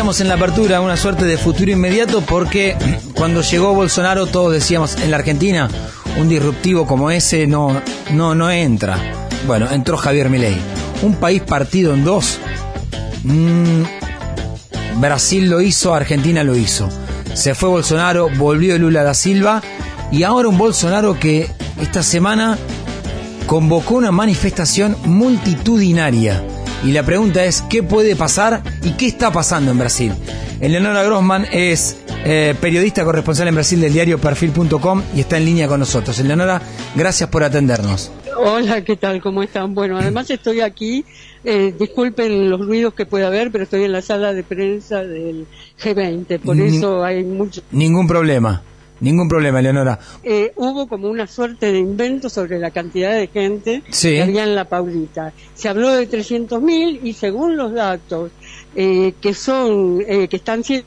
decíamos en la apertura, una suerte de futuro inmediato, porque cuando llegó Bolsonaro todos decíamos, en la Argentina un disruptivo como ese no entra. Bueno, entró Javier Milei. Un país partido en dos. Brasil lo hizo, Argentina lo hizo. Se fue Bolsonaro, volvió Lula da Silva, y ahora un Bolsonaro que esta semana convocó una manifestación multitudinaria. Y la pregunta es, ¿qué puede pasar y qué está pasando en Brasil? Eleonora Grossman es periodista corresponsal en Brasil del diario Perfil.com y está en línea con nosotros. Eleonora, gracias por atendernos. Hola, ¿qué tal? ¿Cómo están? Bueno, además estoy aquí, disculpen los ruidos que pueda haber, pero estoy en la sala de prensa del G20, por eso hay mucho... Ningún problema, Eleonora. Hubo como una suerte de invento sobre la cantidad de gente que había en La Paulita. Se habló de 300.000 y según los datos que están que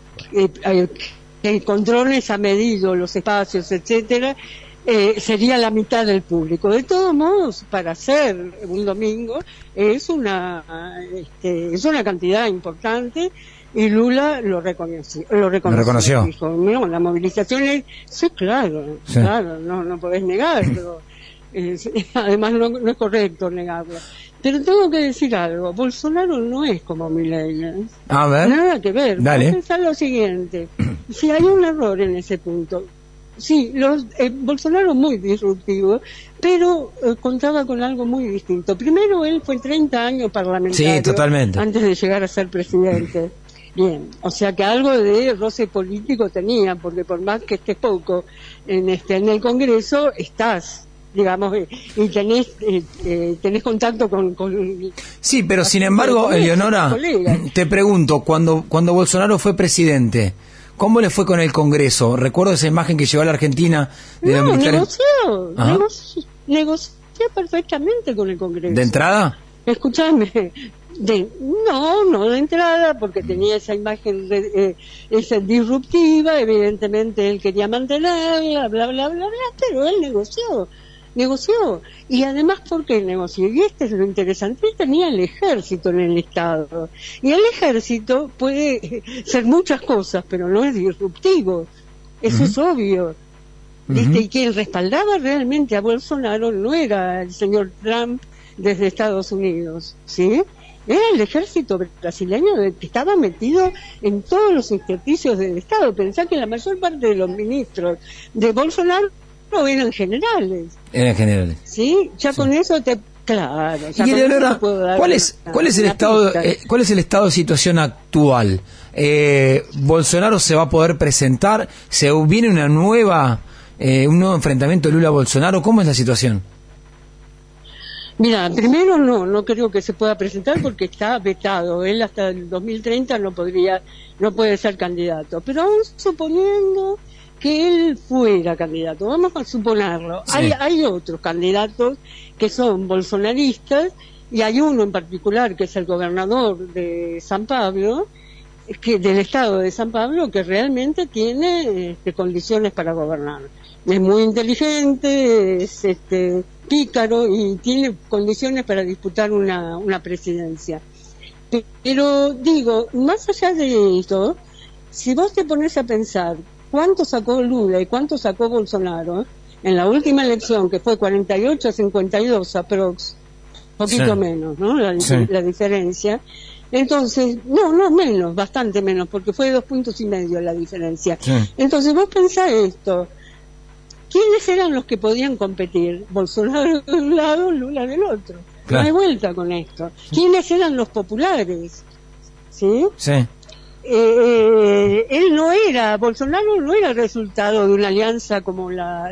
con drones ha medido los espacios, etcétera, sería la mitad del público. De todos modos, para hacer un domingo es una cantidad importante. Y Lula lo reconoció. Dijo, no, la movilización es... Sí, claro, no podés negarlo. Además, no es correcto negarlo. Pero tengo que decir algo. Bolsonaro no es como Milei. A ver. Nada que ver. Dale. Vamos a pensar lo siguiente. Si hay un error en ese punto. Sí, Bolsonaro muy disruptivo, pero contaba con algo muy distinto. Primero, él fue 30 años parlamentario. Sí, totalmente. Antes de llegar a ser presidente. Bien, o sea que algo de roce político tenía, porque por más que estés poco en el Congreso, estás, digamos, y tenés contacto con sí, pero sin embargo, Eleonora, te pregunto, cuando Bolsonaro fue presidente, ¿cómo le fue con el Congreso? Recuerdo esa imagen que llegó a la Argentina de los militares. Negoció perfectamente con el Congreso. ¿De entrada? Escúchame. No de entrada, porque tenía esa imagen esa disruptiva, evidentemente él quería mantenerla, bla, bla, bla, bla, pero él negoció. Y además, ¿por qué negoció? Y este es lo interesante, él tenía el ejército en el Estado. Y el ejército puede ser muchas cosas, pero no es disruptivo. Eso es obvio. Y quien respaldaba realmente a Bolsonaro no era el señor Trump desde Estados Unidos, ¿sí? Era el ejército brasileño que estaba metido en todos los ejercicios del Estado. Pensá que la mayor parte de los ministros de Bolsonaro eran generales. ¿Sí? Ya con eso claro. Y Eleonora, ¿cuál es el estado de situación actual? ¿Bolsonaro se va a poder presentar? ¿Se viene un nuevo enfrentamiento de Lula-Bolsonaro? ¿Cómo es la situación? Mira, primero no creo que se pueda presentar porque está vetado. Él hasta el 2030 no puede ser candidato. Pero aún suponiendo que él fuera candidato, vamos a suponerlo. Sí. Hay otros candidatos que son bolsonaristas y hay uno en particular que es el gobernador de San Pablo, del estado de San Pablo, que realmente tiene condiciones para gobernar. Es muy inteligente, es pícaro y tiene condiciones para disputar una presidencia. Pero digo, más allá de esto, si vos te pones a pensar cuánto sacó Lula y cuánto sacó Bolsonaro en la última elección, que fue 48-52 aprox, poquito menos, ¿no? La diferencia. Entonces, no menos, bastante menos, porque fue 2,5 puntos la diferencia. Sí. Entonces vos pensás esto, ¿quiénes eran los que podían competir? Bolsonaro de un lado, Lula del otro. Claro. No hay vuelta con esto. ¿Quiénes eran los populares? ¿Sí? Sí. Bolsonaro no era el resultado de una alianza como la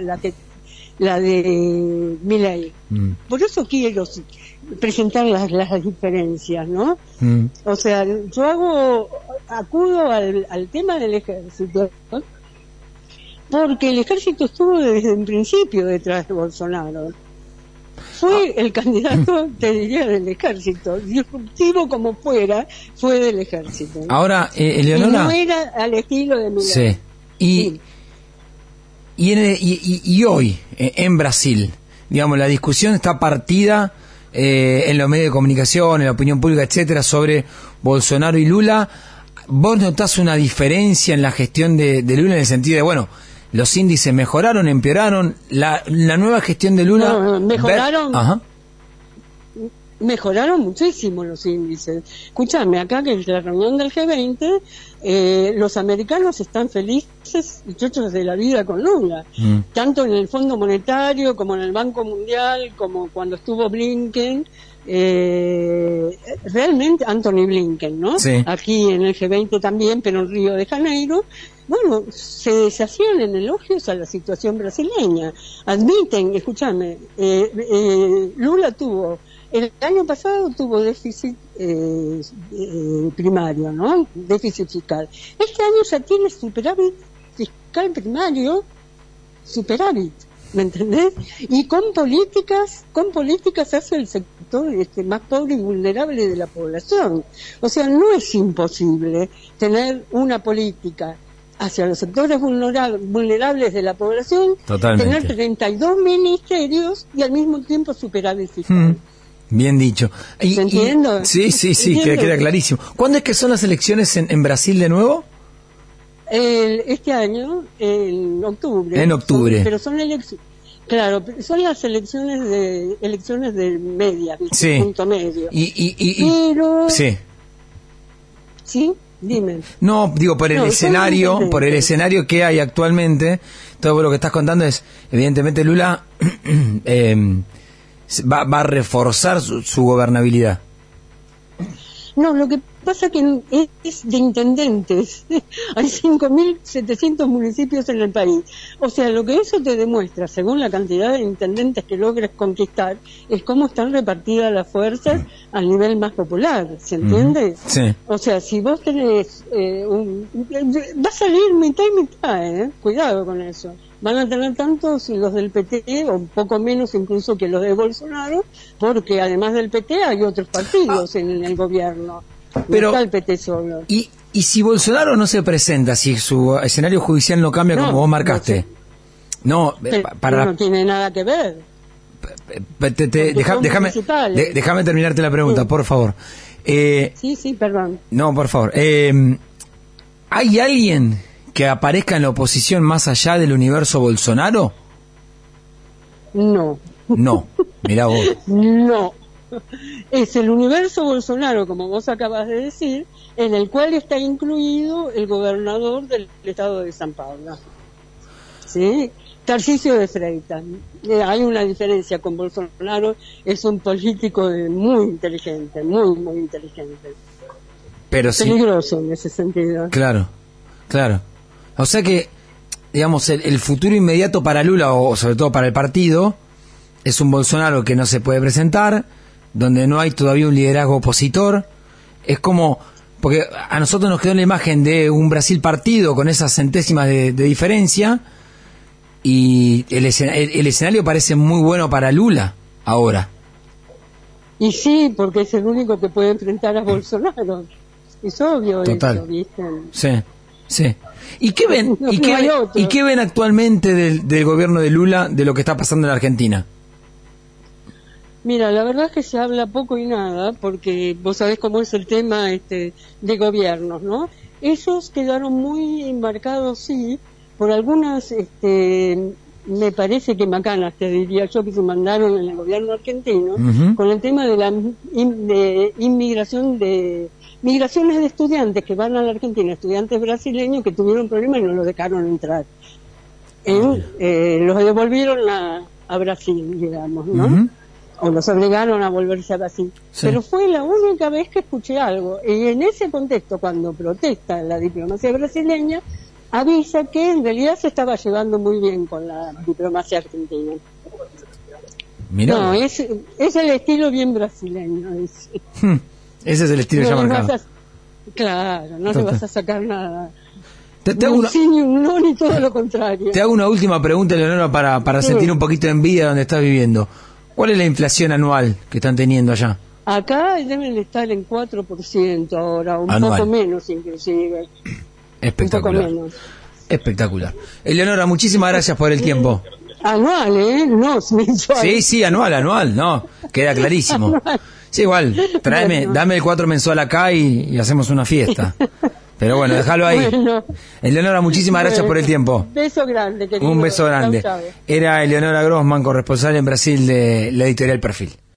de Milei. Por eso quiero presentar las diferencias, ¿no? O sea, yo acudo al tema del ejército, ¿no? Porque el ejército estuvo desde el principio detrás de Bolsonaro. Fue el candidato, te diría, del ejército, disruptivo como fuera, fue del ejército. Ahora, Eleonora... Y no era al estilo de Milei. Sí. Y hoy, en Brasil, digamos, la discusión está partida en los medios de comunicación, en la opinión pública, etcétera, sobre Bolsonaro y Lula. ¿Vos notás una diferencia en la gestión de Lula en el sentido de, bueno, los índices mejoraron, empeoraron, la nueva gestión de Lula... No, mejoraron... Ajá. Mejoraron muchísimo los índices. Escúchame, acá que en la reunión del G20, los americanos están felices y chochos de la vida con Lula, tanto en el Fondo Monetario como en el Banco Mundial, como cuando estuvo Blinken, realmente Anthony Blinken, ¿no? Sí. Aquí en el G20 también, pero en Río de Janeiro. Bueno, se deshacían en elogios a la situación brasileña. Admiten, escúchame, Lula el año pasado tuvo déficit primario, ¿no? Déficit fiscal. Este año ya tiene superávit fiscal primario, superávit, ¿me entendés? Y con políticas hacia el sector más pobre y vulnerable de la población. O sea, no es imposible tener una política hacia los sectores vulnerables de la población, Totalmente. Tener 32 ministerios y al mismo tiempo superávit fiscal. Bien dicho. ¿Se entiende? Sí, queda clarísimo. ¿Cuándo es que son las elecciones en Brasil de nuevo? Este año, en octubre. En octubre. Pero son elecciones. Claro, son las elecciones de media, sí. Punto medio. Pero... Sí. ¿Sí? Dime. No, digo, por el escenario que hay actualmente, todo lo que estás contando es, evidentemente Lula va a reforzar su gobernabilidad. No, lo que pasa que es de intendentes. Hay 5.700 municipios en el país. O sea, lo que eso te demuestra, según la cantidad de intendentes que logres conquistar, es cómo están repartidas las fuerzas a nivel más popular. ¿Se entiende? Sí. O sea, si vos tenés va a salir mitad y mitad, cuidado con eso. Van a tener tantos los del PT, o un poco menos incluso que los de Bolsonaro, porque además del PT hay otros partidos en el gobierno. Pero, no está el PT solo. ¿Y si Bolsonaro no se presenta, si su escenario judicial no cambia como vos marcaste? No, no tiene nada que ver. Déjame terminarte la pregunta, por favor. Sí, perdón. No, por favor. ¿Hay alguien que aparezca en la oposición más allá del universo Bolsonaro? No. No, mirá vos. No. Es el universo Bolsonaro, como vos acabas de decir, en el cual está incluido el gobernador del estado de San Pablo. ¿Sí? Tarcisio de Freitas. Hay una diferencia con Bolsonaro, es un político muy inteligente, muy inteligente. Pero sí. Peligroso en ese sentido. Claro. O sea que, digamos, el futuro inmediato para Lula, o sobre todo para el partido, es un Bolsonaro que no se puede presentar, donde no hay todavía un liderazgo opositor. Es como, porque a nosotros nos quedó la imagen de un Brasil partido con esas centésimas de diferencia, y el escenario parece muy bueno para Lula ahora. Y sí, porque es el único que puede enfrentar a Bolsonaro. Es obvio. Total. Eso, ¿viste? Sí. ¿Y qué ven? ¿Y qué ven actualmente del gobierno de Lula, de lo que está pasando en la Argentina? Mira, la verdad es que se habla poco y nada, porque vos sabés cómo es el tema de gobiernos, ¿no? Ellos quedaron muy enmarcados, sí, por algunas, me parece que macanas, te diría yo, que se mandaron en el gobierno argentino, con el tema de la migraciones de estudiantes que van a la Argentina, estudiantes brasileños que tuvieron problemas y no los dejaron entrar. Los devolvieron a Brasil, digamos, ¿no? O los obligaron a volverse a Brasil. Sí. Pero fue la única vez que escuché algo. Y en ese contexto, cuando protesta la diplomacia brasileña, avisa que en realidad se estaba llevando muy bien con la diplomacia argentina. Mirá. No, es el estilo bien brasileño. Ese es el estilo ya marcado. Claro, no le vas a sacar nada. Te hago un no, ni todo lo contrario. Te hago una última pregunta, Leonora, para sentir un poquito de envidia donde estás viviendo. ¿Cuál es la inflación anual que están teniendo allá? Acá deben estar en 4% ahora, un anual. Poco menos inclusive. Espectacular. Un poco menos. Espectacular. Eleonora, muchísimas gracias por el tiempo. Anual, no mensual. Sí, anual, no, queda clarísimo. Sí, igual, dame el 4 mensual acá y hacemos una fiesta. Pero bueno, déjalo ahí. Bueno. Eleonora, muchísimas gracias por el tiempo. Beso grande, querido. Un beso grande. Chau, chau. Era Eleonora Grossman, corresponsal en Brasil de la editorial Perfil.